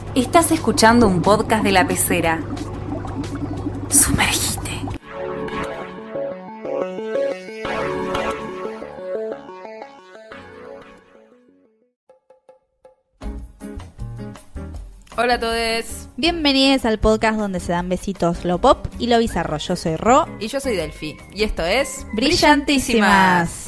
Estás escuchando un podcast de La Pecera. Sumergite. Hola a todos. Bienvenidos al podcast donde se dan besitos lo pop y lo bizarro. Yo soy Ro. Y yo soy Delphi. Y esto es Brillantísimas.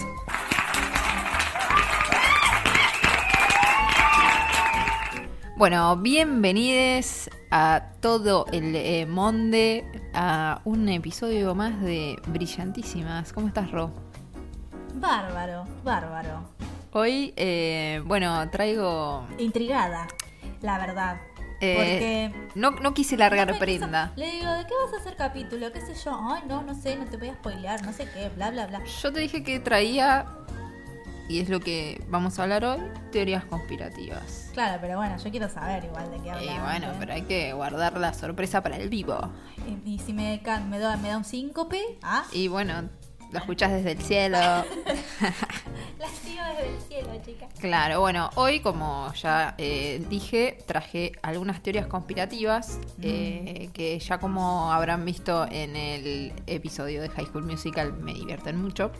Bueno, bienvenidos a todo el monde a un episodio más de Brillantísimas. ¿Cómo estás, Ro? Bárbaro. Hoy, traigo... Intrigada, la verdad. Porque no quise largar prenda. Le digo, ¿de qué vas a hacer capítulo? ¿Qué sé yo? Ay, no sé, no te voy a spoilear, no sé qué, bla, bla, bla. Yo te dije que traía, y es lo que vamos a hablar hoy, teorías conspirativas. Claro, pero bueno, yo quiero saber igual de qué hablar. Bueno, pero hay que guardar la sorpresa para el vivo. Y si me da un síncope, Y bueno, lo escuchás desde el cielo. La sigo desde el cielo, chicas. Claro, bueno, hoy como ya dije, traje algunas teorías conspirativas que ya como habrán visto en el episodio de High School Musical me divierten mucho.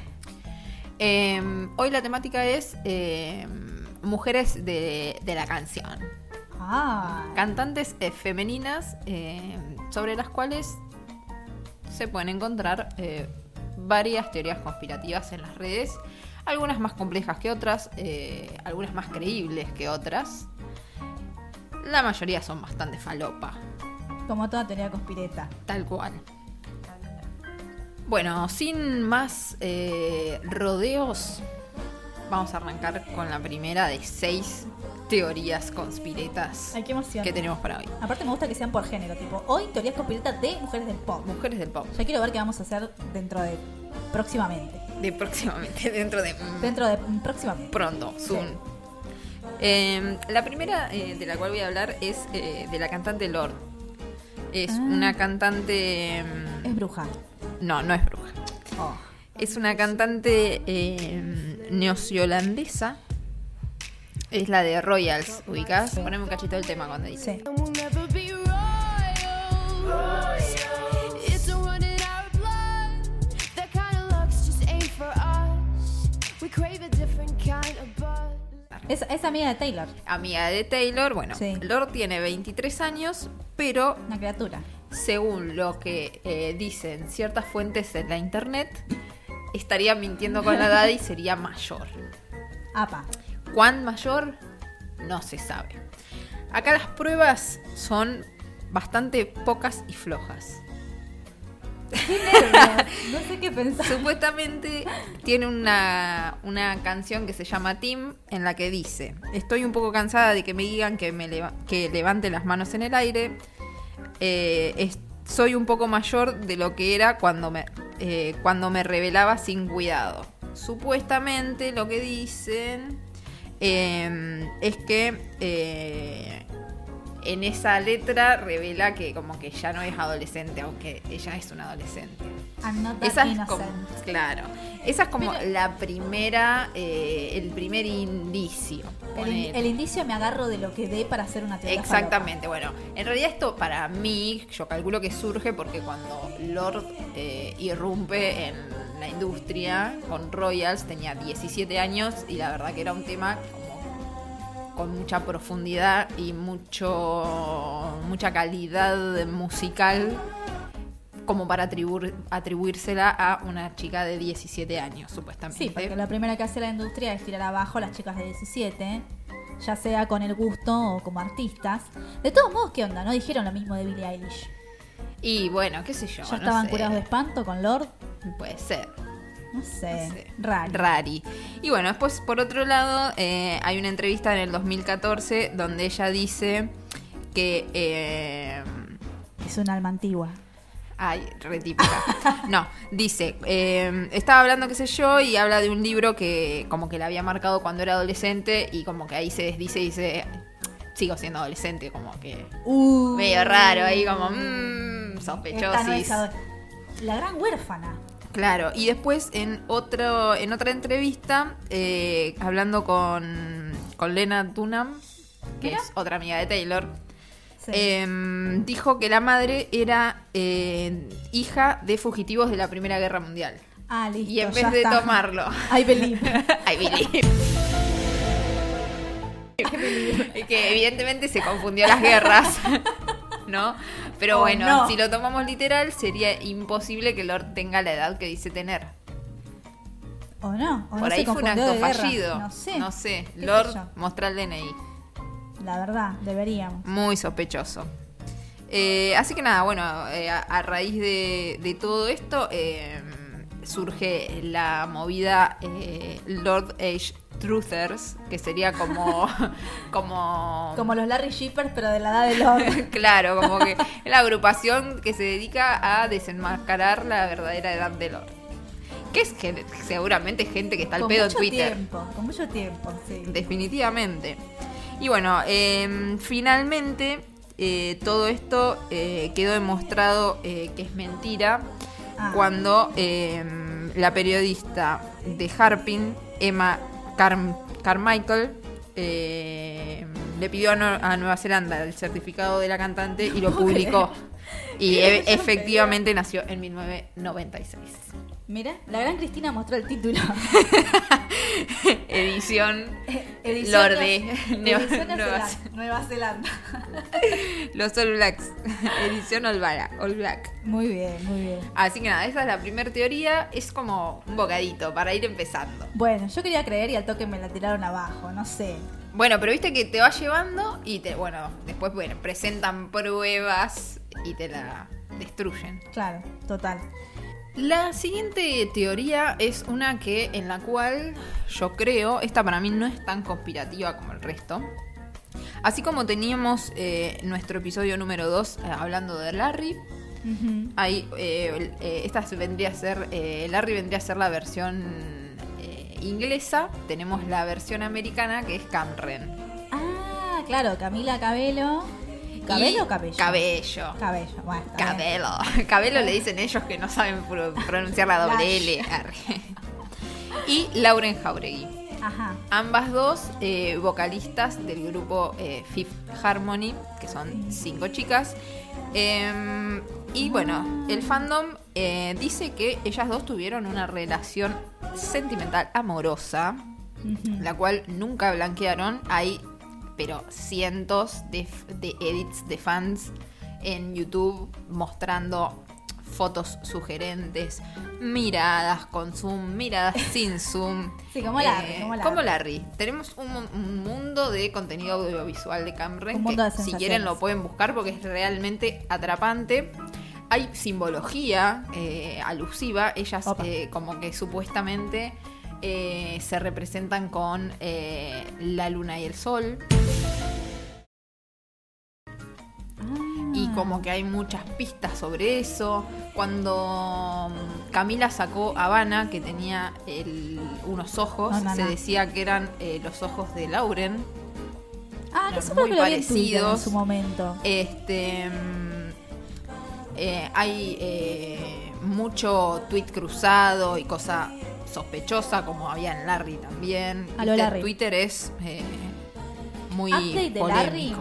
Hoy la temática es mujeres de la canción. Cantantes femeninas sobre las cuales se pueden encontrar varias teorías conspirativas en las redes. Algunas más complejas que otras, algunas más creíbles que otras. La mayoría son bastante falopa. Como toda teoría conspireta. Tal cual. Bueno, sin más rodeos, vamos a arrancar con la primera de 6 teorías conspiretas. Ay, qué emoción. Que tenemos para hoy. Aparte me gusta que sean por género, tipo, hoy teorías conspiratas de mujeres del pop. Mujeres del pop. Ya quiero ver qué vamos a hacer dentro de próximamente. Dentro de Próximamente. pronto, soon. Sí. La primera de la cual voy a hablar es de la cantante Lorde. Es una cantante... Es bruja. No es bruja. Es una cantante neozelandesa. Es la de Royals, ¿ubicás? Sí. Poneme un cachito del tema cuando dice. Sí. Es amiga de Taylor. Amiga de Taylor, bueno. Sí. Lorde tiene 23 años, pero... Una criatura. Según lo que dicen ciertas fuentes en la internet, estaría mintiendo con la edad y sería mayor. Apa. ¿Cuán mayor? No se sabe. Acá las pruebas son bastante pocas y flojas. No sé qué pensar. Supuestamente tiene una canción que se llama Team, en la que dice: estoy un poco cansada de que me digan que levante las manos en el aire. Soy un poco mayor de lo que era cuando me revelaba sin cuidado. Supuestamente lo que dicen es que en esa letra revela que como que ya no es adolescente, aunque ella es una adolescente. Esa es como la primera, el primer indicio. El indicio me agarro de lo que dé para hacer una teoría. Exactamente, falopa. Bueno, en realidad esto para mí, yo calculo que surge porque cuando Lorde irrumpe en la industria con Royals tenía 17 años y la verdad que era un tema con mucha profundidad y mucha calidad musical como para atribuírsela a una chica de 17 años, supuestamente. Sí, porque la primera que hace la industria es tirar abajo a las chicas de 17, ya sea con el gusto o como artistas. De todos modos, ¿qué onda? ¿No dijeron lo mismo de Billie Eilish? Y bueno, qué sé yo. ¿Ya estaban curados de espanto con Lorde? Puede ser. No sé. Rari. Y bueno, después por otro lado hay una entrevista en el 2014 donde ella dice que... es un alma antigua. Ay, re típica. No, dice, estaba hablando qué sé yo y habla de un libro que como que la había marcado cuando era adolescente y como que ahí se desdice y dice, sigo siendo adolescente, como que medio raro ahí como sospechosis. La gran huérfana. Claro, y después en otra entrevista, hablando con Lena Dunham, que Mira. es otra amiga de Taylor, Sí. dijo que la madre era hija de fugitivos de la Primera Guerra Mundial. Listo, Y en ya vez de está. tomarlo... I believe. I believe. Que evidentemente se confundió las guerras, ¿no? Pero Oh, bueno, no. si lo tomamos literal, sería imposible que Lord tenga la edad que dice tener. O no, o Por no ahí se fue un confundió acto de guerra. fallido. No sé. ¿Qué sé Lord, yo? mostrá el DNI. La verdad, deberíamos. Muy sospechoso. Así que nada, bueno, a raíz de todo esto surge la movida Lord Age Truthers, que sería como Como los Larry Shippers, pero de la edad de Lord. claro, como que es la agrupación que se dedica a desenmascarar la verdadera edad de Lord. Que es que seguramente gente que está al Con pedo en mucho Twitter. Con mucho tiempo, sí. Definitivamente. Y bueno, finalmente todo esto quedó demostrado que es mentira cuando la periodista de Harpin, Emma Carmichael, le pidió a Nueva Zelanda el certificado de la cantante y lo publicó. Y efectivamente nació en 1996. Mira, la gran Cristina mostró el título. Edición Edición Lorde. Edición Nueva Zelanda. Los All Blacks. Edición All Black. Muy bien, muy bien. Así que nada, esa es la primera teoría. Es como un bocadito para ir empezando. Bueno, yo quería creer y al toque me la tiraron abajo, no sé. Bueno, pero viste que te va llevando y después presentan pruebas y te la destruyen. Claro, total. La siguiente teoría es una en la cual yo creo, esta para mí no es tan conspirativa como el resto. Así como teníamos nuestro episodio número 2 hablando de Larry, Ujú. ahí esta vendría a ser, Larry vendría a ser la versión inglesa, tenemos la versión americana que es Cameron. Ah, claro, Camila Cabello. ¿Cabello o cabello? Cabello. Cabello, bueno, está bien. Cabello. Cabello le dicen ellos que no saben pronunciar la doble L. Arre. Y Lauren Jauregui. Ajá. Ambas dos vocalistas del grupo Fifth Harmony, que son 5 chicas. Y bueno, el fandom dice que ellas dos tuvieron una relación sentimental amorosa, Ujú. la cual nunca blanquearon. Hay, pero cientos de edits de fans en YouTube mostrando fotos sugerentes, miradas con zoom, miradas sin zoom. Sí, como Larry, Como Larry. Tenemos un mundo de contenido audiovisual de Cameron Un mundo de que si sensaciones. quieren lo pueden buscar porque es realmente atrapante. Hay simbología alusiva. Ellas Opa. como que supuestamente se representan con la luna y el sol. Y como que hay muchas pistas sobre eso. Cuando Camila sacó Habana, que tenía unos ojos, se No. decía que eran los ojos de Lauren. Ah, que eran eso creo muy que lo vi en Twitter en parecidos. su momento. Hay mucho tweet cruzado y cosa sospechosa, como había en Larry también. A lo Viste, Larry. Twitter es muy Update de polémico.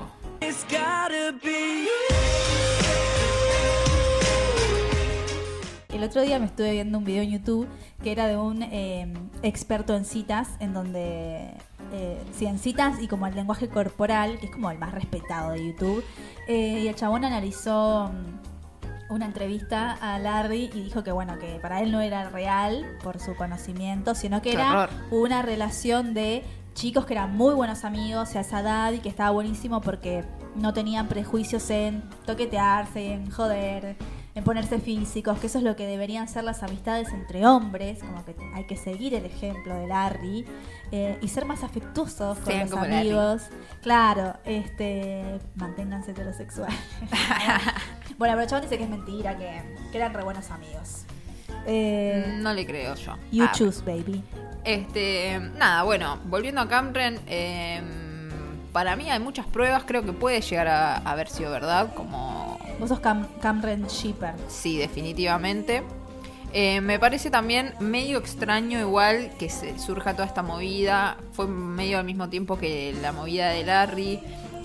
El otro día me estuve viendo un video en YouTube que era de un experto en citas, en donde, sí, en citas y como el lenguaje corporal, que es como el más respetado de YouTube, y el chabón analizó una entrevista a Larry y dijo que bueno, que para él no era real por su conocimiento, sino que Qué era horror. una relación de chicos que eran muy buenos amigos a esa edad y que estaba buenísimo porque no tenían prejuicios en toquetearse, en joder, en ponerse físicos, que eso es lo que deberían ser las amistades entre hombres, como que hay que seguir el ejemplo de Larry y ser más afectuosos con Sean los como Larry. amigos. Claro, manténganse heterosexuales. Bueno, pero el chabón dice que es mentira, que eran re buenos amigos. No le creo yo. You Ah, choose, baby. Nada, bueno, volviendo a Cameron, para mí hay muchas pruebas, creo que puede llegar a haber sido verdad, como Vos sos Cameron Shipper. sí, definitivamente. Me parece también medio extraño igual que surja toda esta movida, fue medio al mismo tiempo que la movida de Larry,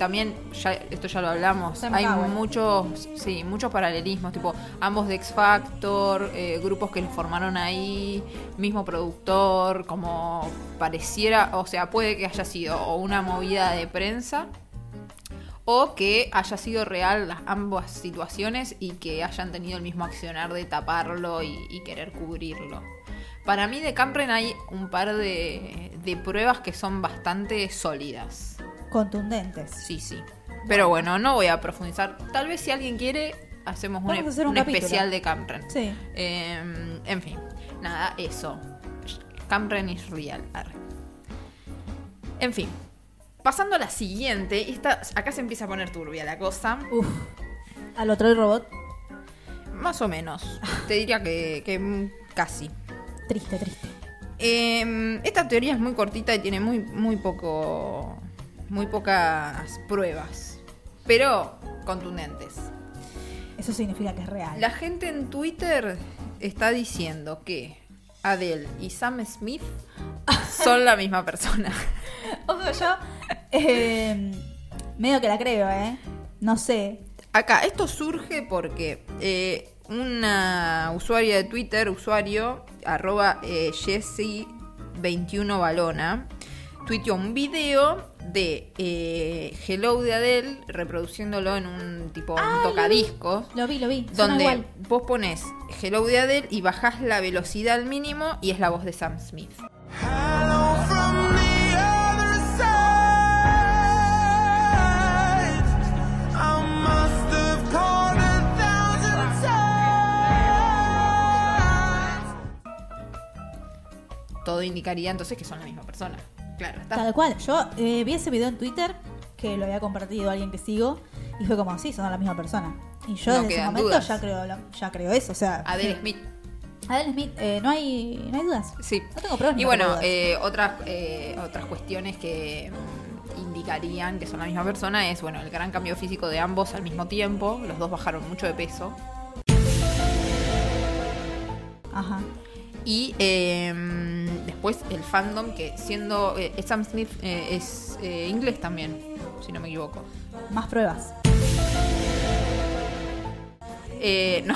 también, esto ya lo hablamos, Sam hay Howell. muchos paralelismos, tipo ambos de X Factor, grupos que los formaron ahí, mismo productor, como pareciera, o sea, puede que haya sido o una movida de prensa o que haya sido real ambas situaciones y que hayan tenido el mismo accionar de taparlo y querer cubrirlo. Para mí de Campren hay un par de pruebas que son bastante sólidas. Contundentes. Sí. Pero bueno, no voy a profundizar. Tal vez si alguien quiere, hacemos Vamos a hacer un especial capítulo. de Campren. Sí. En fin, nada, eso. Campren is real. Arre. En fin, pasando a la siguiente. Acá se empieza a poner turbia la cosa. Uf. Al otro el robot. Más o menos. Te diría que casi. Triste. Esta teoría es muy cortita y tiene muy pocas pruebas, pero contundentes. Eso significa que es real. La gente en Twitter está diciendo que Adele y Sam Smith son la misma persona. Ojo, yo medio que la creo, no sé. Acá, esto surge porque una usuaria de Twitter, @Jessie21Balona, tuiteó un video de Hello de Adele, reproduciéndolo en un tocadiscos. Lo vi. Suena Donde igual. vos pones Hello de Adele y bajás la velocidad al mínimo y es la voz de Sam Smith. Hello from the other side. I must have called 1,000 times. Todo indicaría entonces que son la misma persona. Claro, está. Tal cual. Yo vi ese video en Twitter que lo había compartido alguien que sigo y fue como, sí, son la misma persona. Y yo No desde ese quedan momento dudas. ya creo eso. O sea, Adele Smith. Adele Smith, no hay dudas. Sí. No tengo pruebas. Y ni bueno, tengo dudas. otras cuestiones que indicarían que son la misma persona es, bueno, el gran cambio físico de ambos al mismo tiempo. Los dos bajaron mucho de peso. Ajá. Y después el fandom, que siendo Sam Smith es inglés también, si no me equivoco. Más pruebas. No.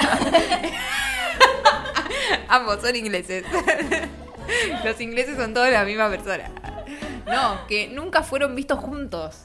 Ambos son ingleses. Los ingleses son todos la misma persona. No, que nunca fueron vistos juntos.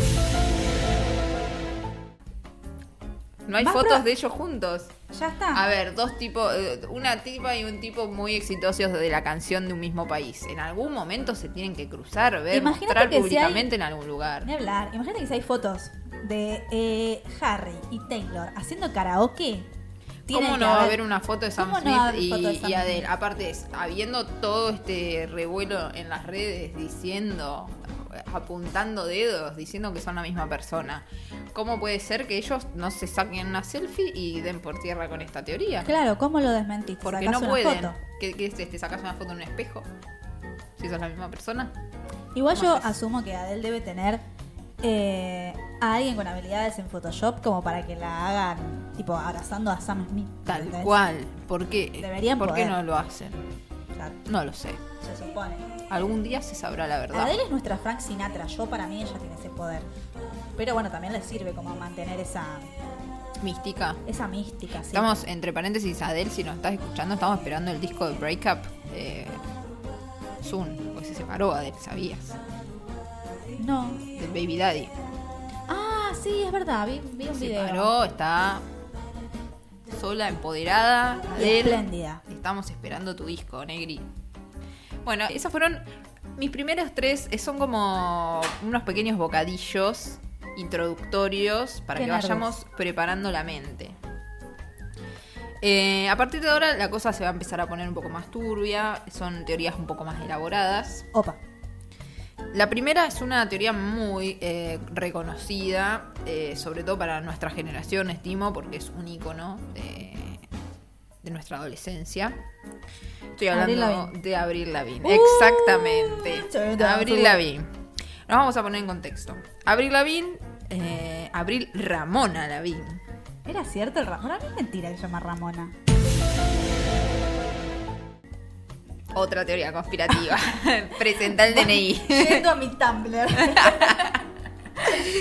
No hay ¿Más fotos pruebas? de ellos juntos. Ya está. A ver, dos tipos, una tipa y un tipo muy exitosos de la canción de un mismo país. En algún momento se tienen que cruzar, ver, Imagínate mostrar que si públicamente en algún lugar. Ni hablar. Imagínate que si hay fotos de Harry y Taylor haciendo karaoke. tiene ¿Cómo que no va a haber- haber una foto de Sam ¿Cómo no va a Smith haber foto de Sam y Adele? Smith? Aparte, habiendo todo este revuelo en las redes diciendo, apuntando dedos, diciendo que son la misma persona, ¿cómo puede ser que ellos no se saquen una selfie y den por tierra con esta teoría? Claro, ¿cómo lo desmentiste? Porque ¿Sacás no una pueden. foto? ¿Qué es este? ¿Sacas una foto en un espejo? Si sos la misma persona. Igual yo No sé. asumo que Adele debe tener a alguien con habilidades en Photoshop como para que la hagan tipo abrazando a Sam Smith. Tal ¿entendés? cual. ¿Por qué? Deberían ¿Por qué poder. no lo hacen? O sea, No lo sé. se supone. Algún día se sabrá la verdad. Adele es nuestra Frank Sinatra. Yo, para mí, ella tiene ese poder. Pero bueno, también le sirve como mantener esa Mística. mística. ¿Sí? Estamos, entre paréntesis, Adele, si nos estás escuchando, estamos esperando el disco de Breakup soon, porque se separó Adele, ¿sabías? No. Del Baby Daddy. Ah, sí, es verdad. Vi un Se video. separó, está sola, empoderada. Y Adele, espléndida. estamos esperando tu disco, Negri. Bueno, esos fueron mis primeros tres. Son como unos pequeños bocadillos introductorios para Qué que nervios. vayamos preparando la mente. A partir de ahora la cosa se va a empezar a poner un poco más turbia. Son teorías un poco más elaboradas. Opa. La primera es una teoría muy reconocida, sobre todo para nuestra generación, estimo, porque es un ícono de nuestra adolescencia. Estoy Avril hablando Lavigne. de Avril Lavigne. Exactamente. Sí, Avril Lavigne. Nos vamos a poner en contexto. Avril Lavigne, Avril Ramona Lavigne. ¿Era cierto el Ramona? No es mentira que se llama Ramona. Otra teoría conspirativa. Presenta el DNI. Yendo a mi Tumblr.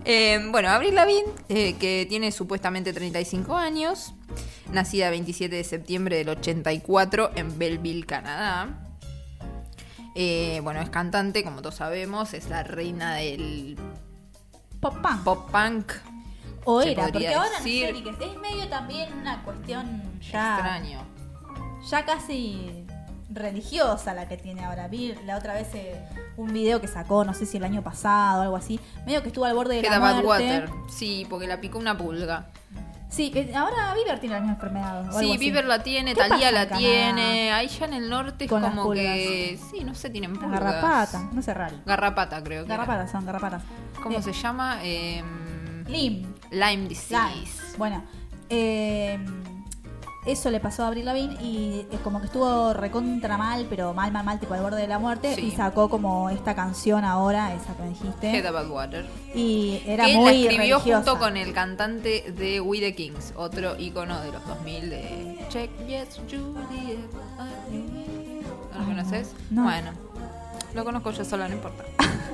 Bueno, Avril Lavigne, que tiene supuestamente 35 años, nacida el 27 de septiembre del 84 en Belleville, Canadá. Bueno, es cantante, como todos sabemos, es la reina del Pop punk. pop punk. O se era, porque podría ahora decir. no sé, ni que es medio también una cuestión ya... Extraño. Ya casi religiosa la que tiene ahora. Vi la otra vez un video que sacó, no sé si el año pasado o algo así, medio que estuvo al borde de Head la About muerte. Water. Sí, porque la picó una pulga. Sí, que ahora Bieber tiene la misma enfermedad. o algo Sí, así. Bieber la tiene, ¿Qué Thalía pasa en la Canadá? tiene. Ahí ya en el norte es Con las como pulgas. que... Sí, no sé, tienen Las pulgas. garrapatas, no sé raro. Garrapata, creo que era. Garrapatas, son garrapatas. ¿Cómo Eh, se llama? Lyme Disease. Bueno, eso le pasó a Avril Lavigne y como que estuvo recontra mal, pero mal, tipo al borde de la muerte. Sí. Y sacó como esta canción ahora, esa que me dijiste. Head About Water. Y era Que muy la escribió religiosa. junto con el cantante de We the Kings, otro ícono de los 2000 de Check Yes Juliet. ¿No lo conoces? no. Bueno, lo conozco yo sola, no importa.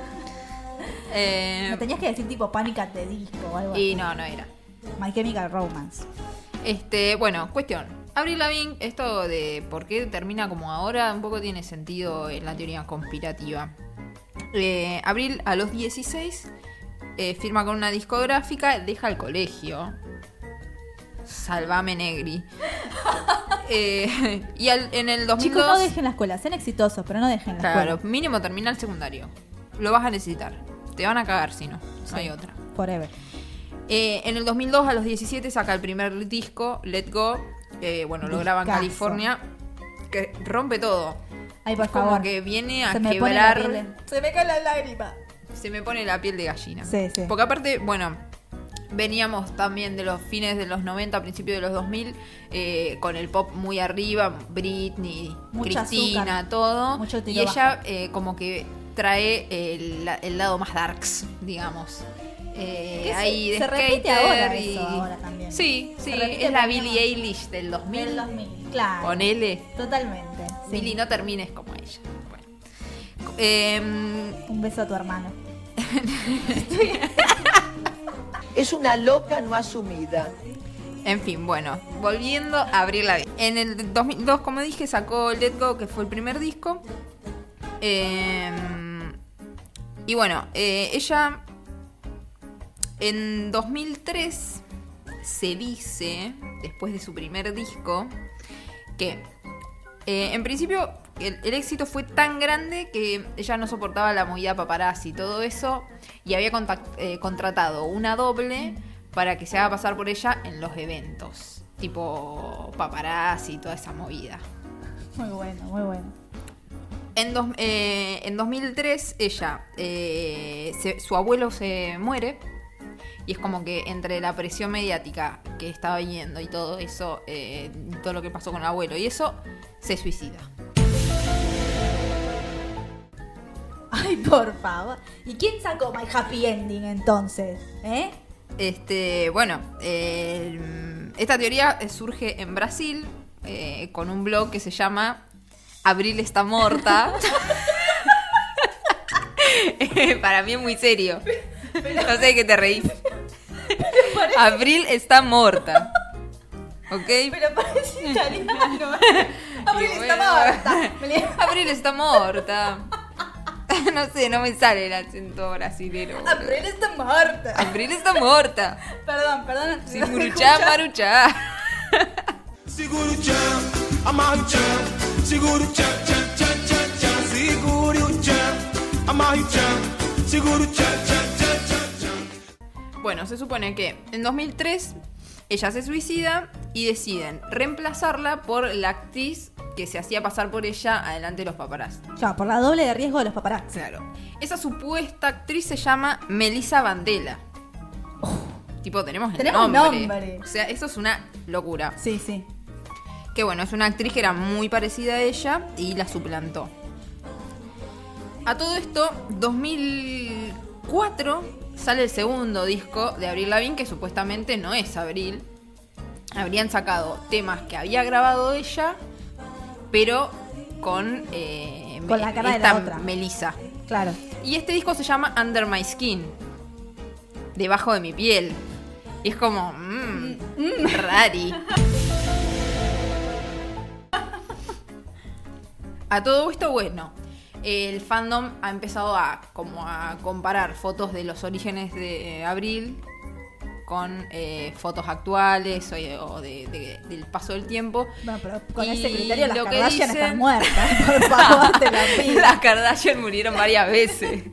Me tenías que decir tipo Panic at the Disco o algo Y así. no era. My Chemical Romance. Bueno, cuestión. Avril Lavigne, esto de por qué termina como ahora, un poco tiene sentido en la teoría conspirativa. Avril a los 16 firma con una discográfica, deja el colegio. Salvame Negri. Y en el 2002... Chicos, no dejen la escuela. Sean exitosos, pero no dejen la Claro, escuela. mínimo termina el secundario. Lo vas a necesitar. Te van a cagar si no. Sí. No hay otra. Forever. En el 2002, a los 17, saca el primer disco, Let Go. Bueno, lo graba en Discazo. California. Que rompe todo. Ay, por Es como favor. que viene a Se me pone la quebrar. piel de- Se me cae la lágrima. Se me pone la piel de gallina. Sí, sí. Porque aparte, bueno, veníamos también de los fines de los 90, principios de los 2000, con el pop muy arriba, Britney, Mucho Cristina, azúcar. todo. Mucho Y tiro ella como que trae el lado más darks, digamos. Ahí de se repite skater ahora y... eso, ahora también. Sí, Se sí, repite es la también. Billie Eilish del 2000. Del 2000, claro. Ponele. Totalmente. sí. Billie, no termines como ella. Bueno. Un beso a tu hermano. Es una loca no asumida. En fin, bueno, volviendo a Avril Lavigne. En el 2002, como dije, sacó Let Go, que fue el primer disco. Y bueno, ella en 2003 se dice, después de su primer disco, que en principio el éxito fue tan grande que ella no soportaba la movida paparazzi y todo eso, y había contratado una doble para que se haga pasar por ella en los eventos, tipo paparazzi y toda esa movida. Muy bueno, muy bueno. En 2003 ella, su abuelo se muere y es como que entre la presión mediática que estaba viendo y todo eso, todo lo que pasó con el abuelo y eso, se suicida. Ay, por favor. ¿Y quién sacó My Happy Ending entonces? Bueno, esta teoría surge en Brasil con un blog que se llama Avril está morta. Para mí es muy serio. No sé de qué te reís. Avril está morta. ¿Ok? Pero parece italiano. Avril Y está bueno, morta. Avril está morta. No sé, no me sale el acento brasilero. boludo. Avril está morta. Avril está morta. Perdón. Sin muruchá, maruchá. Seguro tchan, amarre o tchan. Seguro tchan, tchan, tchan, tchan, tchan. Seguro o tchan, amarre o tchan. Seguro tchan, tchan, tchan, tchan, tchan. Bueno, se supone que en 2003 ella se suicida y deciden reemplazarla por la actriz que se hacía pasar por ella adelante de los paparazzi. Ya, por la doble de riesgo de los paparazzi. Claro. Esa supuesta actriz se llama Melissa Vandela. Tipo, tenemos el nombre. O sea, eso es una locura. Sí. Que bueno, es una actriz que era muy parecida a ella y la suplantó. A todo esto, 2004 sale el segundo disco de Avril Lavigne, que supuestamente no es Avril. Habrían sacado temas que había grabado ella, pero con la cara de esta la otra. Melissa. Claro. Y este disco se llama Under My Skin. debajo de mi piel. Y es como, rari. A todo esto, bueno, el fandom ha empezado a comparar fotos de los orígenes de Avril con fotos actuales o del paso del tiempo. Bueno, pero con Y ese criterio las lo que Kardashian dicen- están muertas. Por favor, te la pido. Las Kardashian murieron varias veces.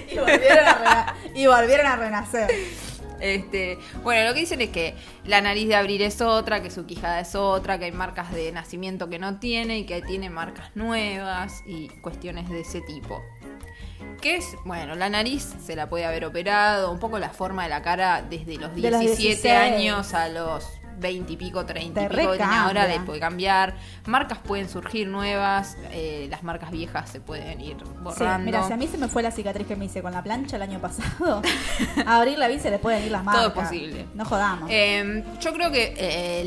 Y volvieron a renacer. Bueno, lo que dicen es que la nariz de Avril es otra, que su quijada es otra, que hay marcas de nacimiento que no tiene y que tiene marcas nuevas y cuestiones de ese tipo. Que es, bueno, la nariz se la puede haber operado, un poco la forma de la cara desde los De los 17 16. años a los 20 y pico, 30 y Te pico que tiene ahora, recambia. le puede cambiar. Marcas pueden surgir nuevas, las marcas viejas se pueden ir Sí, borrando. mira, si a mí se me fue la cicatriz que me hice con la plancha el año pasado, a Avril Lavigne se le pueden ir las marcas. Todo es posible. No jodamos. Yo creo que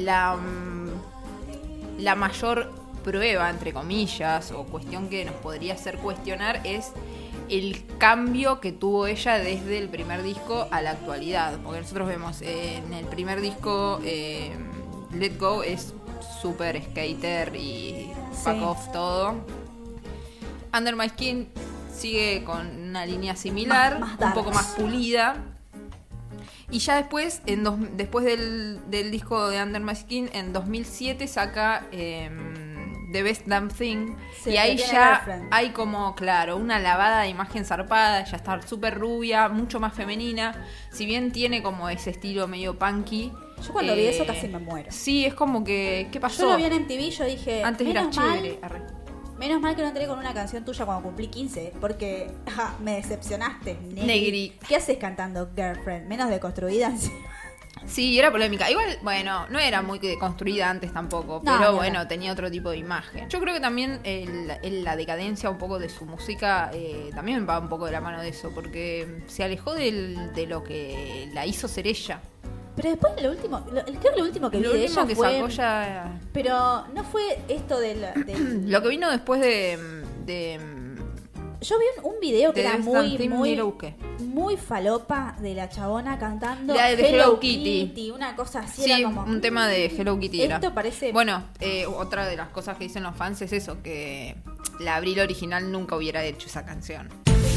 la mayor prueba, entre comillas, o cuestión que nos podría hacer cuestionar es el cambio que tuvo ella desde el primer disco a la actualidad. Porque nosotros vemos en el primer disco, Let Go es super skater y fuck Sí. off todo. Under My Skin sigue con una línea similar, Más un darks. poco más pulida. Y ya después, después del disco de Under My Skin, en 2007 saca The Best Damn Thing. Sí, y que ahí tiene ya Girlfriend. hay como, claro, una lavada de imagen zarpada. Ya está súper rubia, mucho más femenina. Si bien tiene como ese estilo medio punky. Yo cuando vi eso casi me muero. Sí, es como que, ¿qué pasó? Yo lo vi en MTV, yo dije, Antes era menos chévere. mal, Arre. menos mal que no entré con una canción tuya cuando cumplí 15, porque me decepcionaste, Negri. ¿Qué haces cantando Girlfriend? Menos deconstruida. Sí, era polémica. Igual, bueno, no era muy construida antes tampoco, No, pero no, bueno, no. tenía otro tipo de imagen. Yo creo que también la decadencia un poco de su música también va un poco de la mano de eso, porque se alejó de lo que la hizo ser ella. Pero después creo que lo último que vi Lo de último ella que fue... sacó ya... Pero no fue esto del... Lo que vino después de Yo vi un video que The era Best muy, Damn Thing, muy, ni lo busqué. muy falopa de la chabona cantando La de Hello Kitty. una cosa así, Sí, era como... un tema de Hello Kitty era. Esto parece... Bueno, otra de las cosas que dicen los fans es eso, que la Avril original nunca hubiera hecho esa canción.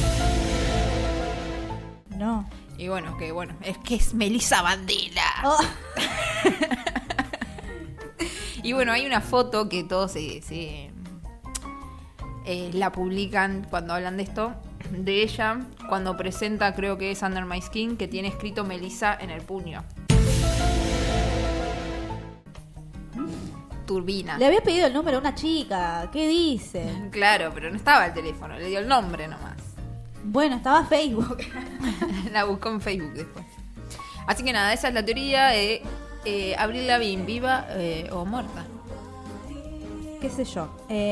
No. Y bueno, es que es Melissa Bandela. Oh, Y bueno, hay una foto que todos la publican cuando hablan de esto, de ella, cuando presenta, creo que es Under My Skin, que tiene escrito Melissa en el puño. Turbina. le había pedido el número a una chica. ¿Qué dice? Claro, pero no estaba el teléfono, le dio el nombre nomás. Bueno, estaba Facebook. La buscó en Facebook después. Así que nada, esa es la teoría de Avril Lavigne, viva o muerta. ¿Qué sé yo?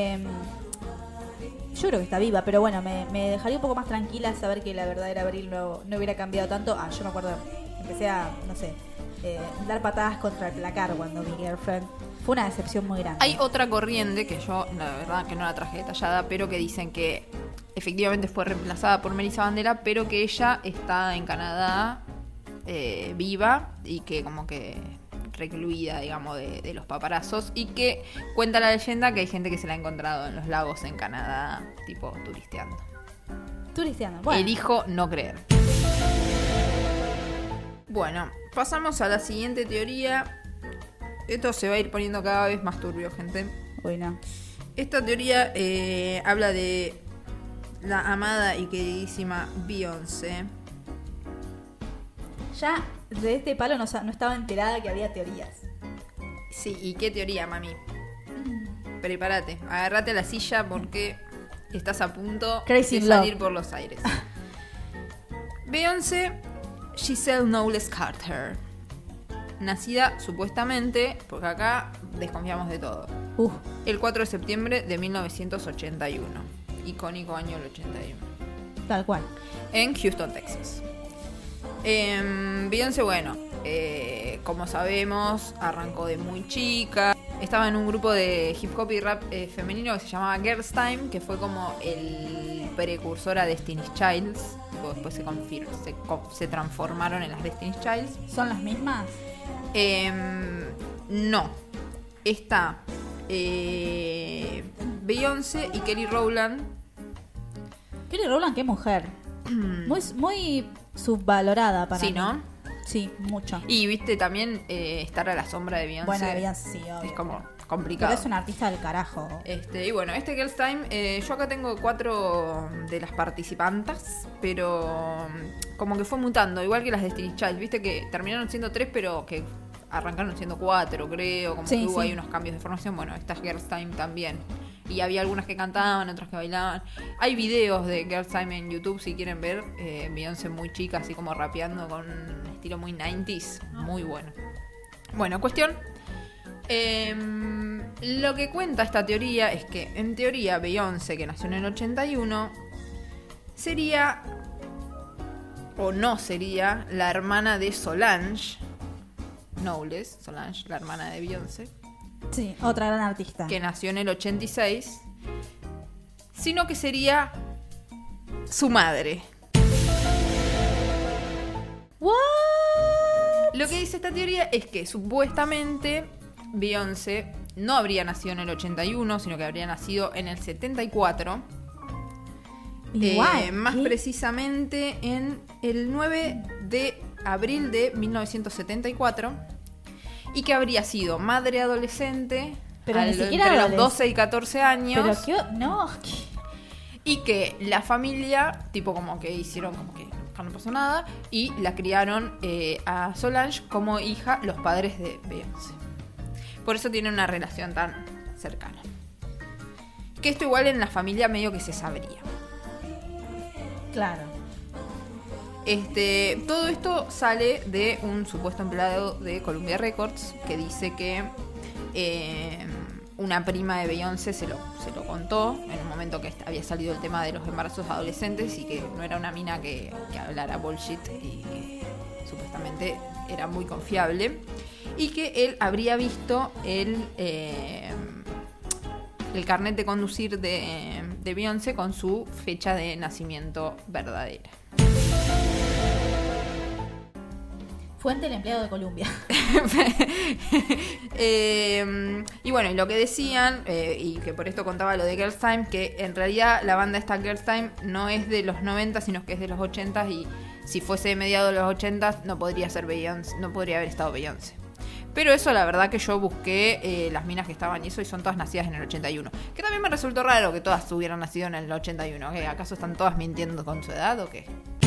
Yo creo que está viva, pero bueno, me dejaría un poco más tranquila saber que la verdadera Avril no hubiera cambiado tanto. Yo me acuerdo, empecé a, no sé, dar patadas contra el placar cuando vi Girlfriend. Fue una decepción muy grande. Hay otra corriente que yo, la verdad que no la traje detallada, pero que dicen que efectivamente fue reemplazada por Melissa Bandela, pero que ella está en Canadá viva y que como que recluida, digamos, de los paparazos, y que cuenta la leyenda que hay gente que se la ha encontrado en los lagos en Canadá, tipo turisteando. Turisteando. Bueno, Elijo no creer. Bueno, pasamos a la siguiente teoría. Esto se va a ir poniendo cada vez más turbio, gente. uy, no. Esta teoría habla de la amada y queridísima Beyoncé. Ya de este palo no estaba enterada que había teorías. Sí, ¿y qué teoría, mami? Prepárate, agárrate a la silla porque estás a punto Crazy de in salir love. por los aires. Beyoncé Giselle Knowles Carter. Nacida supuestamente, porque acá desconfiamos de todo, el 4 de septiembre de 1981. Icónico año del 81. Tal cual. En Houston, Texas. Beyoncé, bueno, como sabemos, arrancó de muy chica. Estaba en un grupo de hip hop y rap femenino que se llamaba Girls Time, que fue como el precursor a Destiny's Child. tipo después se transformaron en las Destiny's Childs. ¿Son las mismas? No. Está Beyoncé y Kelly Rowland. Kelly Rowland, qué mujer. Muy subvalorada para Sí, mí. ¿no? Sí, mucho. Y viste también estar a la sombra de Beyoncé. Bueno, Beyoncé, sí, obvio. Es como complicado. Pero es una artista del carajo. Y bueno, este Girls Time, yo acá tengo 4 de las participantes, pero como que fue mutando, igual que las Destiny's Child, viste que terminaron siendo 3, pero que arrancaron siendo 4, creo, como Sí, que hubo sí. ahí unos cambios de formación. Bueno, estas Girls Time también. Y había algunas que cantaban, otras que bailaban. Hay videos de Girls Time en YouTube si quieren ver. Beyoncé muy chica, así como rapeando con un estilo muy 90s. Muy bueno. Bueno, cuestión. Lo que cuenta esta teoría es que, en teoría, Beyoncé, que nació en el 81, sería, o no sería, la hermana de Solange Knowles. Solange, la hermana de Beyoncé, Sí, otra gran artista. que nació en el 86, sino que sería su madre. ¿What? Lo que dice esta teoría es que supuestamente Beyoncé no habría nacido en el 81, sino que habría nacido en el 74. Igual. Más ¿qué? precisamente en el 9 de abril de 1974. Y que habría sido madre adolescente Pero ni siquiera entre los adolescente. 12 y 14 años. Pero qué... No, Y que la familia, tipo como que hicieron como que no pasó nada. Y la criaron a Solange como hija los padres de Beyoncé. Por eso tienen una relación tan cercana. Que esto igual en la familia medio que se sabría. claro. Todo esto sale de un supuesto empleado de Columbia Records que dice que una prima de Beyoncé se lo contó en un momento que había salido el tema de los embarazos adolescentes y que no era una mina que hablara bullshit y que supuestamente era muy confiable y que él habría visto el carnet de conducir de Beyoncé con su fecha de nacimiento verdadera. Fuente, el empleado de Columbia. Y bueno, y lo que decían, y que por esto contaba lo de Girls Time, que en realidad la banda esta Girls Time no es de los 90, sino que es de los 80 y si fuese de mediados de los 80 no podría ser Beyoncé, no podría haber estado Beyoncé. Pero eso la verdad que yo busqué las minas que estaban y eso y son todas nacidas en el 81. Que también me resultó raro que todas hubieran nacido en el 81. ¿Qué? ¿Acaso están todas mintiendo con su edad o qué?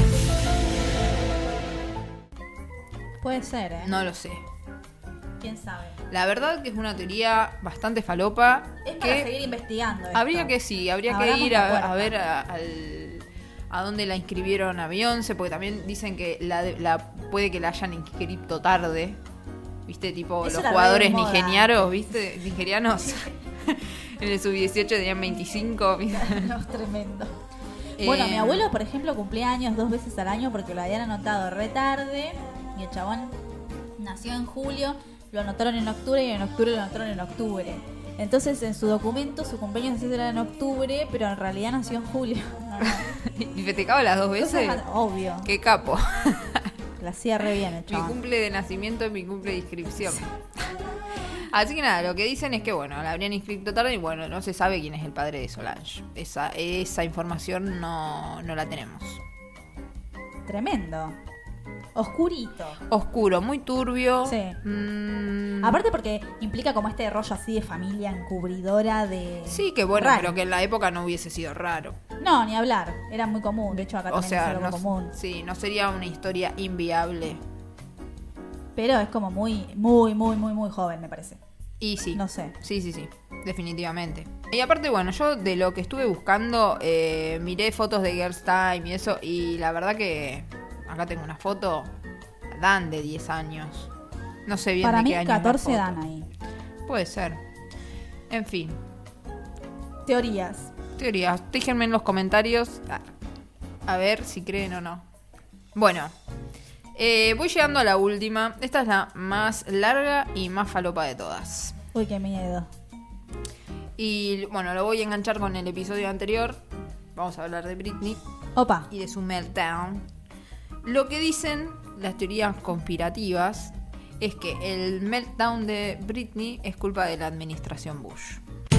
Puede ser, ¿eh? No lo sé. ¿Quién sabe? La verdad que es una teoría bastante falopa. Es para que seguir investigando esto. habría que Abramos ir la a puerta. ver a dónde la inscribieron a Beyoncé, porque también dicen que puede que la hayan inscrito tarde. ¿Viste? Tipo Eso los era re jugadores de moda. nigerianos. En el sub-18 tenían 25. No, es tremendo. Bueno, mi abuelo, por ejemplo, cumplía años 2 veces al año porque lo habían anotado re tarde. Y el chabón nació en julio, lo anotaron en octubre y en octubre lo anotaron en octubre. Entonces en su documento su cumpleaños era en octubre, pero en realidad nació en julio. No, no. ¿Y festejaba las 2 veces? Cosas obvio. ¡Qué capo! La hacía re bien el Mi chabón. cumple de nacimiento es mi cumple de inscripción. Así que nada, lo que dicen es que bueno, la habrían inscrito tarde y bueno, no se sabe quién es el padre de Solange. Esa información no la tenemos. Tremendo. Oscurito. Oscuro, muy turbio. Sí. Aparte porque implica como este rollo así de familia encubridora de... Sí, que bueno, Raro. pero que en la época no hubiese sido raro. No, ni hablar. Era muy común. De hecho, acá O también sea, es algo común. sí, no sería una historia inviable. Pero es como muy, muy, muy, muy, muy joven, me parece. Y sí. No sé. Sí, definitivamente. Y aparte, bueno, yo de lo que estuve buscando, miré fotos de Girls Time y eso, y la verdad que acá tengo una foto, dan de 10 años. No sé bien Para de mí, qué año es la 14 foto. dan ahí. Puede ser. En fin, Teorías. teorías. Déjenme en los comentarios a ver si creen o no. Bueno, voy llegando a la última. Esta es la más larga y más falopa de todas. Uy, qué miedo. Y bueno, lo voy a enganchar con el episodio anterior. Vamos a hablar de Britney. Opa. y de su meltdown. Lo que dicen las teorías conspirativas es que el meltdown de Britney es culpa de la administración Bush.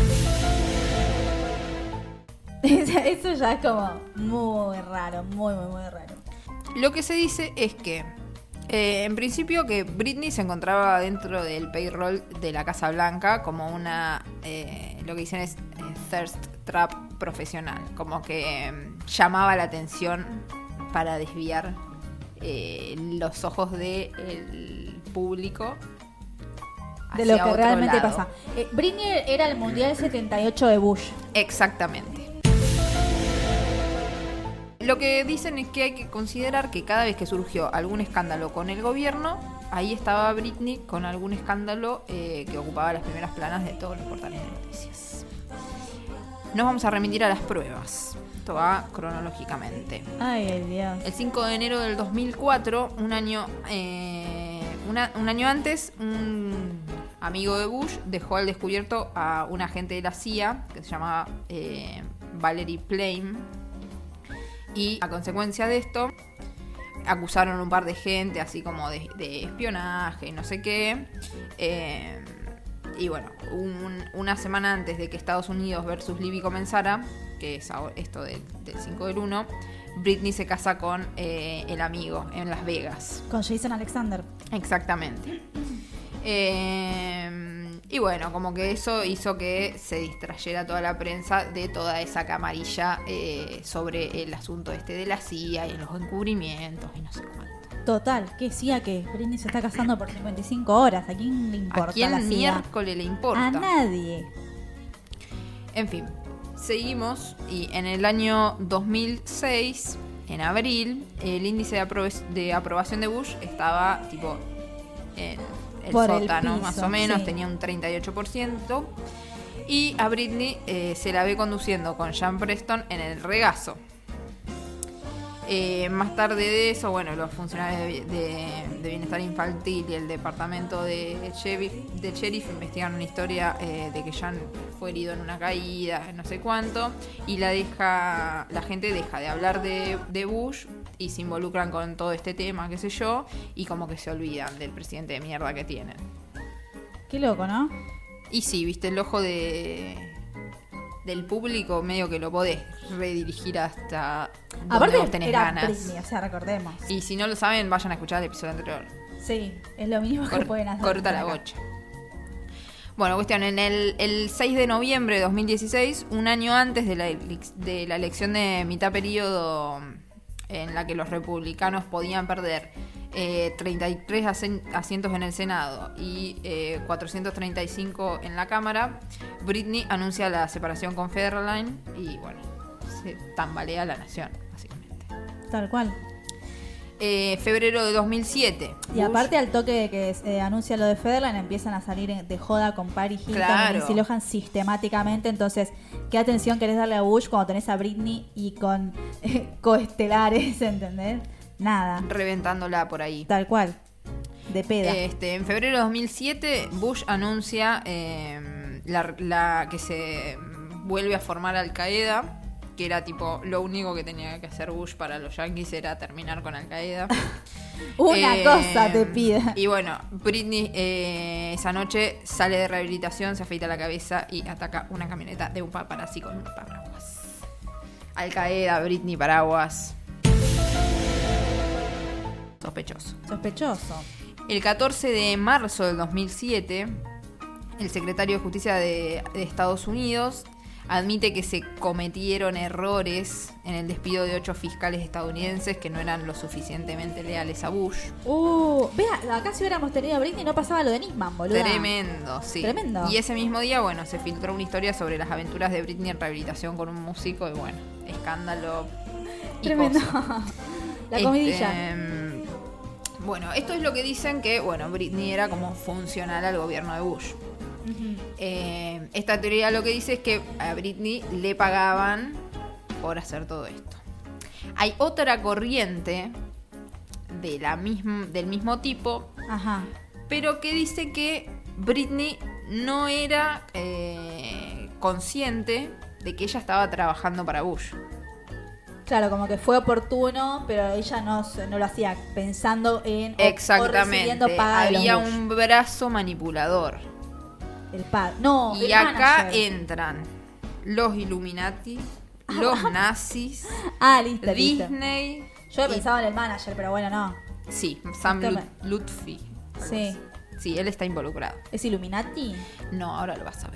Eso ya es como muy raro, muy raro. Lo que se dice es que, en principio, que Britney se encontraba dentro del payroll de la Casa Blanca como una, lo que dicen es thirst trap profesional, como que llamaba la atención para desviar los ojos del público De lo hacia que otro realmente lado. pasa. Britney era el Mundial 78 de Bush. Exactamente. Lo que dicen es que hay que considerar que cada vez que surgió algún escándalo con el gobierno, ahí estaba Britney con algún escándalo que ocupaba las primeras planas de todos los portales de noticias. Nos vamos a remitir a las pruebas. Esto va cronológicamente. Ay, Dios. El 5 de enero del 2004, un año antes, un amigo de Bush dejó al descubierto a un agente de la CIA que se llamaba Valerie Plame. Y a consecuencia de esto, acusaron a un par de gente, así como de espionaje y no sé qué. Y bueno, una semana antes de que Estados Unidos versus Libby comenzara, que es esto del 5 del 1, Britney se casa con el amigo en Las Vegas. Con Jason Alexander. Exactamente. Y bueno, como que eso hizo que se distrayera toda la prensa de toda esa camarilla sobre el asunto este de la CIA y los encubrimientos y no sé cuánto. Total, ¿qué decía que Britney se está casando por 55 horas? ¿A quién le importa ¿A quién la CIA? miércoles le importa? A nadie. En fin, seguimos y en el año 2006, en abril, el índice de aprobación de Bush estaba tipo en el Por el sótano, piso, más o menos, sí. tenía un 38%. Y a Britney se la ve conduciendo con Sean Preston en el regazo. Más tarde de eso, bueno, los funcionarios de bienestar infantil y el departamento de sheriff investigaron una historia de que Sean fue herido en una caída, no sé cuánto, y la gente deja de hablar de Bush y se involucran con todo este tema, qué sé yo, y como que se olvidan del presidente de mierda que tienen. Qué loco, ¿no? Y sí, viste, el ojo del público medio que lo podés redirigir hasta donde Aparte vos tenés era ganas. Britney, o sea, recordemos. Y si no lo saben, vayan a escuchar el episodio anterior. Sí, es lo mínimo que pueden hacer. Corta la acá. bocha. Bueno, cuestión, en el 6 de noviembre de 2016, un año antes de la elección de mitad periodo en la que los republicanos podían perder 33 asientos en el Senado y 435 en la Cámara, Britney anuncia la separación con Federline y bueno, se tambalea la nación, básicamente. Tal cual. Febrero de 2007. Y aparte al toque de que se anuncia lo de Federline, empiezan a salir de joda con Paris Hilton Claro. y Lindsay Lohan sistemáticamente. Entonces, ¿qué atención querés darle a Bush cuando tenés a Britney y con coestelares, ¿entendés? Nada. Reventándola por ahí. Tal cual. De peda. En febrero de 2007, Bush anuncia que se vuelve a formar Al Qaeda, que era tipo lo único que tenía que hacer Bush para los yankees era terminar con Al Qaeda. Una cosa te pide. Y bueno, Britney esa noche sale de rehabilitación, se afeita la cabeza y ataca una camioneta de un paparazzi con un paraguas. Al Qaeda, Britney, paraguas. Sospechoso. Sospechoso. El 14 de marzo del 2007, el secretario de Justicia de Estados Unidos admite que se cometieron errores en el despido de 8 fiscales estadounidenses que no eran lo suficientemente leales a Bush. Vea, acá si hubiéramos tenido a Britney no pasaba lo de Nisman, boludo. Tremendo, sí. Tremendo. Y ese mismo día, bueno, se filtró una historia sobre las aventuras de Britney en rehabilitación con un músico y bueno, escándalo y Tremendo. cosa. La comidilla. Bueno, esto es lo que dicen que, bueno, Britney era como funcional al gobierno de Bush. Esta teoría lo que dice es que a Britney le pagaban por hacer todo esto. Hay otra corriente del mismo tipo, Ajá. pero que dice que Britney no era consciente de que ella estaba trabajando para Bush. Claro, como que fue oportuno, pero ella no lo hacía pensando en o Exactamente. recibiendo paga de los Había Bush. un brazo manipulador. El padre. No, Y el acá manager. entran los Illuminati, los nazis, Listo. Disney. Yo y- pensaba en el manager, pero bueno, no. Sí, Sam Esto Lutfi. algo Sí. así. Sí, él está involucrado. ¿Es Illuminati? No, ahora lo vas a ver.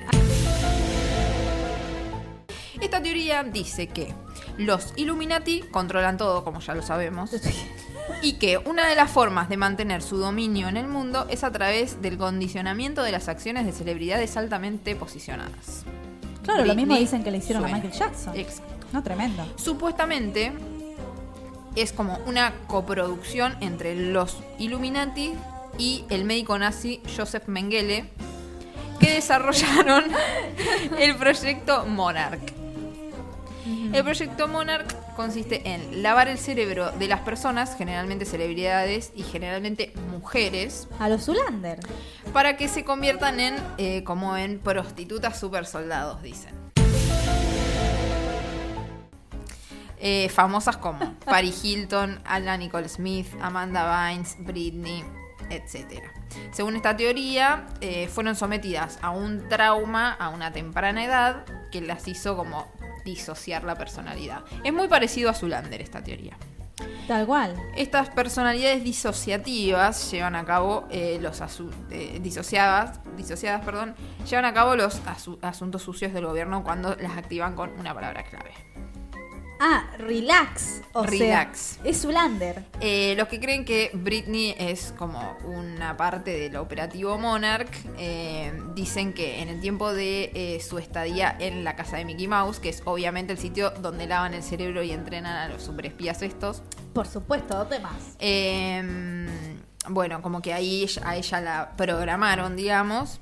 Esta teoría dice que los Illuminati controlan todo, como ya lo sabemos, y que una de las formas de mantener su dominio en el mundo es a través del condicionamiento de las acciones de celebridades altamente posicionadas. Claro, lo mismo Britney dicen que le hicieron a suena. Michael Jackson. Exacto. No, tremendo. Supuestamente es como una coproducción entre los Illuminati y el médico nazi Joseph Mengele, que desarrollaron el proyecto Monarch. El proyecto Monarch consiste en lavar el cerebro de las personas, generalmente celebridades y generalmente mujeres, A los Zulander. para que se conviertan en como en prostitutas super soldados, dicen. Famosas como Paris Hilton, Anna Nicole Smith, Amanda Bynes, Britney, etc. Según esta teoría, fueron sometidas a un trauma a una temprana edad que las hizo como disociar la personalidad. Es muy parecido a Zoolander esta teoría. Tal cual. Estas personalidades disociativas llevan a cabo disociadas, llevan a cabo los asuntos sucios del gobierno cuando las activan con una palabra clave. Relax. Relax. Sea, es Zulander. Los que creen que Britney es como una parte del operativo Monarch dicen que en el tiempo de su estadía en la casa de Mickey Mouse, que es obviamente el sitio donde lavan el cerebro y entrenan a los superespías estos, Por supuesto, ¿dónde más? bueno, como que ahí a ella la programaron, digamos.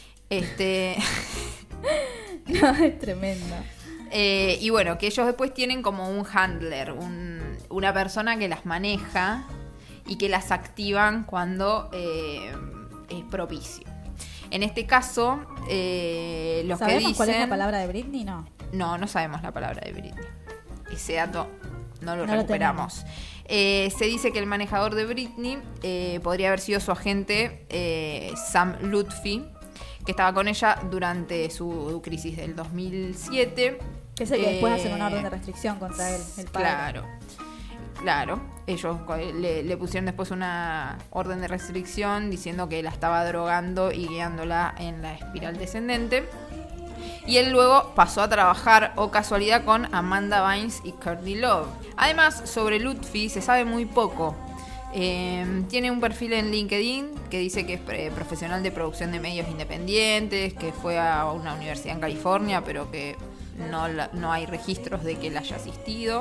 No, es tremendo. Y bueno, que ellos después tienen como un handler, una persona que las maneja y que las activan cuando es propicio. En este caso, los que ¿Sabemos dicen... cuál es la palabra de Britney? No. No sabemos la palabra de Britney. Ese dato no lo No lo recuperamos. Se dice que el manejador de Britney podría haber sido su agente Sam Lutfi, que estaba con ella durante su crisis del 2007. Que es el que después hacen una orden de restricción contra él, el padre. Claro. Ellos le pusieron después una orden de restricción diciendo que la estaba drogando y guiándola en la espiral descendente. Y él luego pasó a trabajar, o casualidad, con Amanda Bynes y Courtney Love. Además, sobre Lutfi se sabe muy poco. Tiene un perfil en LinkedIn que dice que es profesional de producción de medios independientes, que fue a una universidad en California, pero que no hay registros de que él haya asistido.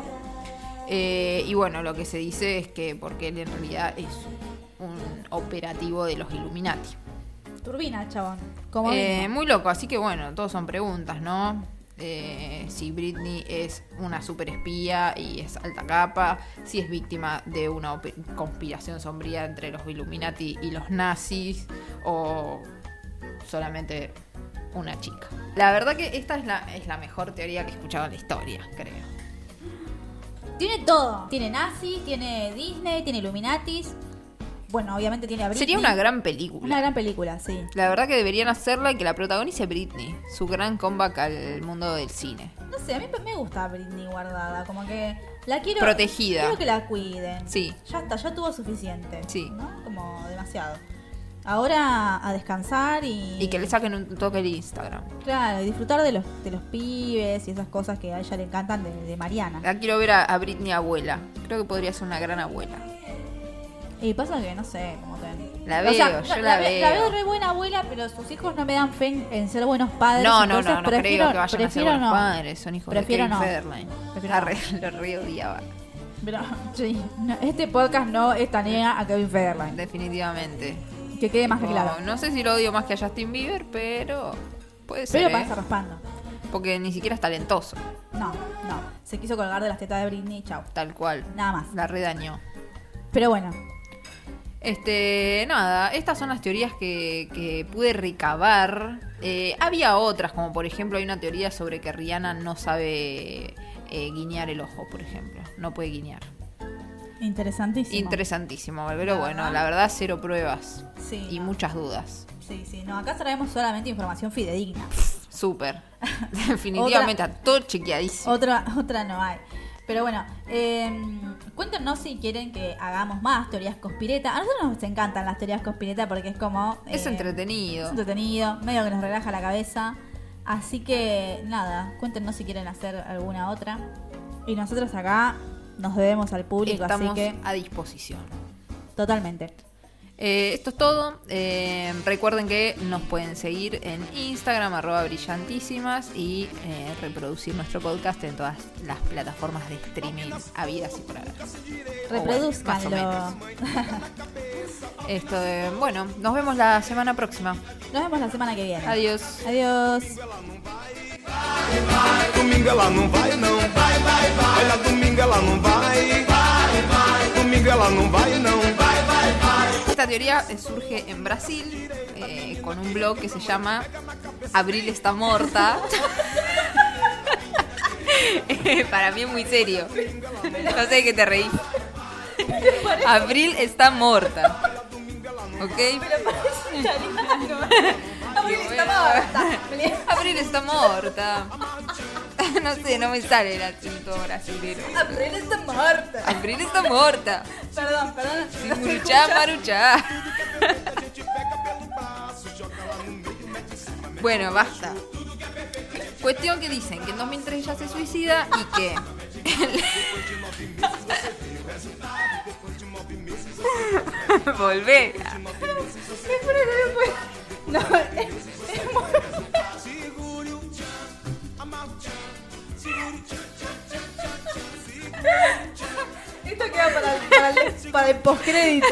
Y bueno, lo que se dice es que porque él en realidad es un operativo de los Illuminati. Turbina, chabón. Como mismo. Muy loco, así que bueno, todos son preguntas, ¿no? Si Britney es una superespía y es alta capa, si es víctima de una conspiración sombría entre los Illuminati y los nazis, o solamente una chica. La verdad que esta es la mejor teoría que he escuchado en la historia, creo. Tiene todo. Tiene nazis, tiene Disney, tiene Illuminatis. Bueno, obviamente tiene a Britney. Sería una gran película. Una gran película, sí. La verdad que deberían hacerla y que la protagonice Britney, su gran comeback al mundo del cine. No sé, a mí me gusta Britney guardada. Como que la quiero... Protegida. Quiero que la cuiden. Sí. Ya está, ya tuvo suficiente. Sí. ¿No? Como demasiado. Ahora a descansar Y que le saquen un toque el Instagram. Claro, y disfrutar de los pibes y esas cosas que a ella le encantan de Mariana. La quiero ver a Britney abuela. Creo que podría ser una gran abuela. Y pasa que, no sé, como que... La veo, yo la veo. La veo re buena abuela, pero sus hijos no me dan fe en ser buenos padres. No entonces creo que vayan a ser prefiero buenos no. padres. Son hijos Prefiero de no. Kevin Federline. Prefiero Arre, lo re odiaba. Pero, sí, no, este podcast no estanea a Kevin Federline. Definitivamente. Que quede más que claro. No sé si lo odio más que a Justin Bieber, pero puede ser. Pero pasa raspando. Porque ni siquiera es talentoso. No. Se quiso colgar de las tetas de Britney, chau. Tal cual. Nada más. La redañó. Pero bueno, Nada, estas son las teorías que pude recabar. Había otras, como por ejemplo hay una teoría sobre que Rihanna no sabe guiñar el ojo, por ejemplo. No puede guiñar. Interesantísimo. Interesantísimo, pero bueno, la verdad, 0 pruebas. Sí, y no. muchas dudas. Sí, no, acá traemos solamente información fidedigna. Súper. Definitivamente, está todo chequeadísimo. Otra no hay. Pero bueno, cuéntenos si quieren que hagamos más teorías conspireta. A nosotros nos encantan las teorías conspireta porque es como... Es entretenido. Es entretenido, medio que nos relaja la cabeza. Así que nada, cuéntenos si quieren hacer alguna otra. Y nosotros acá nos debemos al público, Estamos así que... a disposición. Totalmente. Esto es todo. Recuerden que nos pueden seguir en Instagram, @brillantísimas, y reproducir nuestro podcast en todas las plataformas de streaming habidas y por haber. Reproduzcanlo. Bueno, bueno, nos vemos la semana próxima. Nos vemos la semana que viene. Adiós. Adiós. Domingo ela não vai, não. Olha, domingo ela não vai. Domingo ela não vai, não. Esta teoría surge en Brasil con un blog que se llama Abril está morta. Para mí es muy serio. No sé de qué te reís. Abril está morta. ¿Ok? Abril está morta. Abril está morta. No sé, no me sale el acento brasilero. Abril está muerta. Abril está morta. Perdón. Maruchá, maruchá. Bueno, basta. Cuestión que dicen que en 2003 ella se suicida y que... Volvé. No, esto queda para el postcrédito.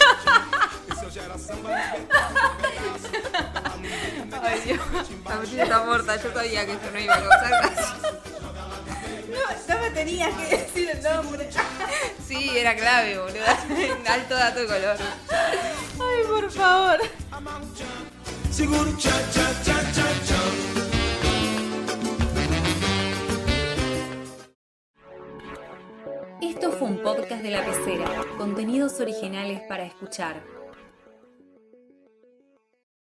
Ay, Dios. Abril está muerta. Yo sabía que esto no iba a causar gracia. No me tenías que decir el nombre. Sí, era clave, boluda. Alto dato de color. Ay, por favor. Seguro, tchá, tchá, tchá, tchá, tchá. Esto fue un podcast de La Pecera. Contenidos originales para escuchar.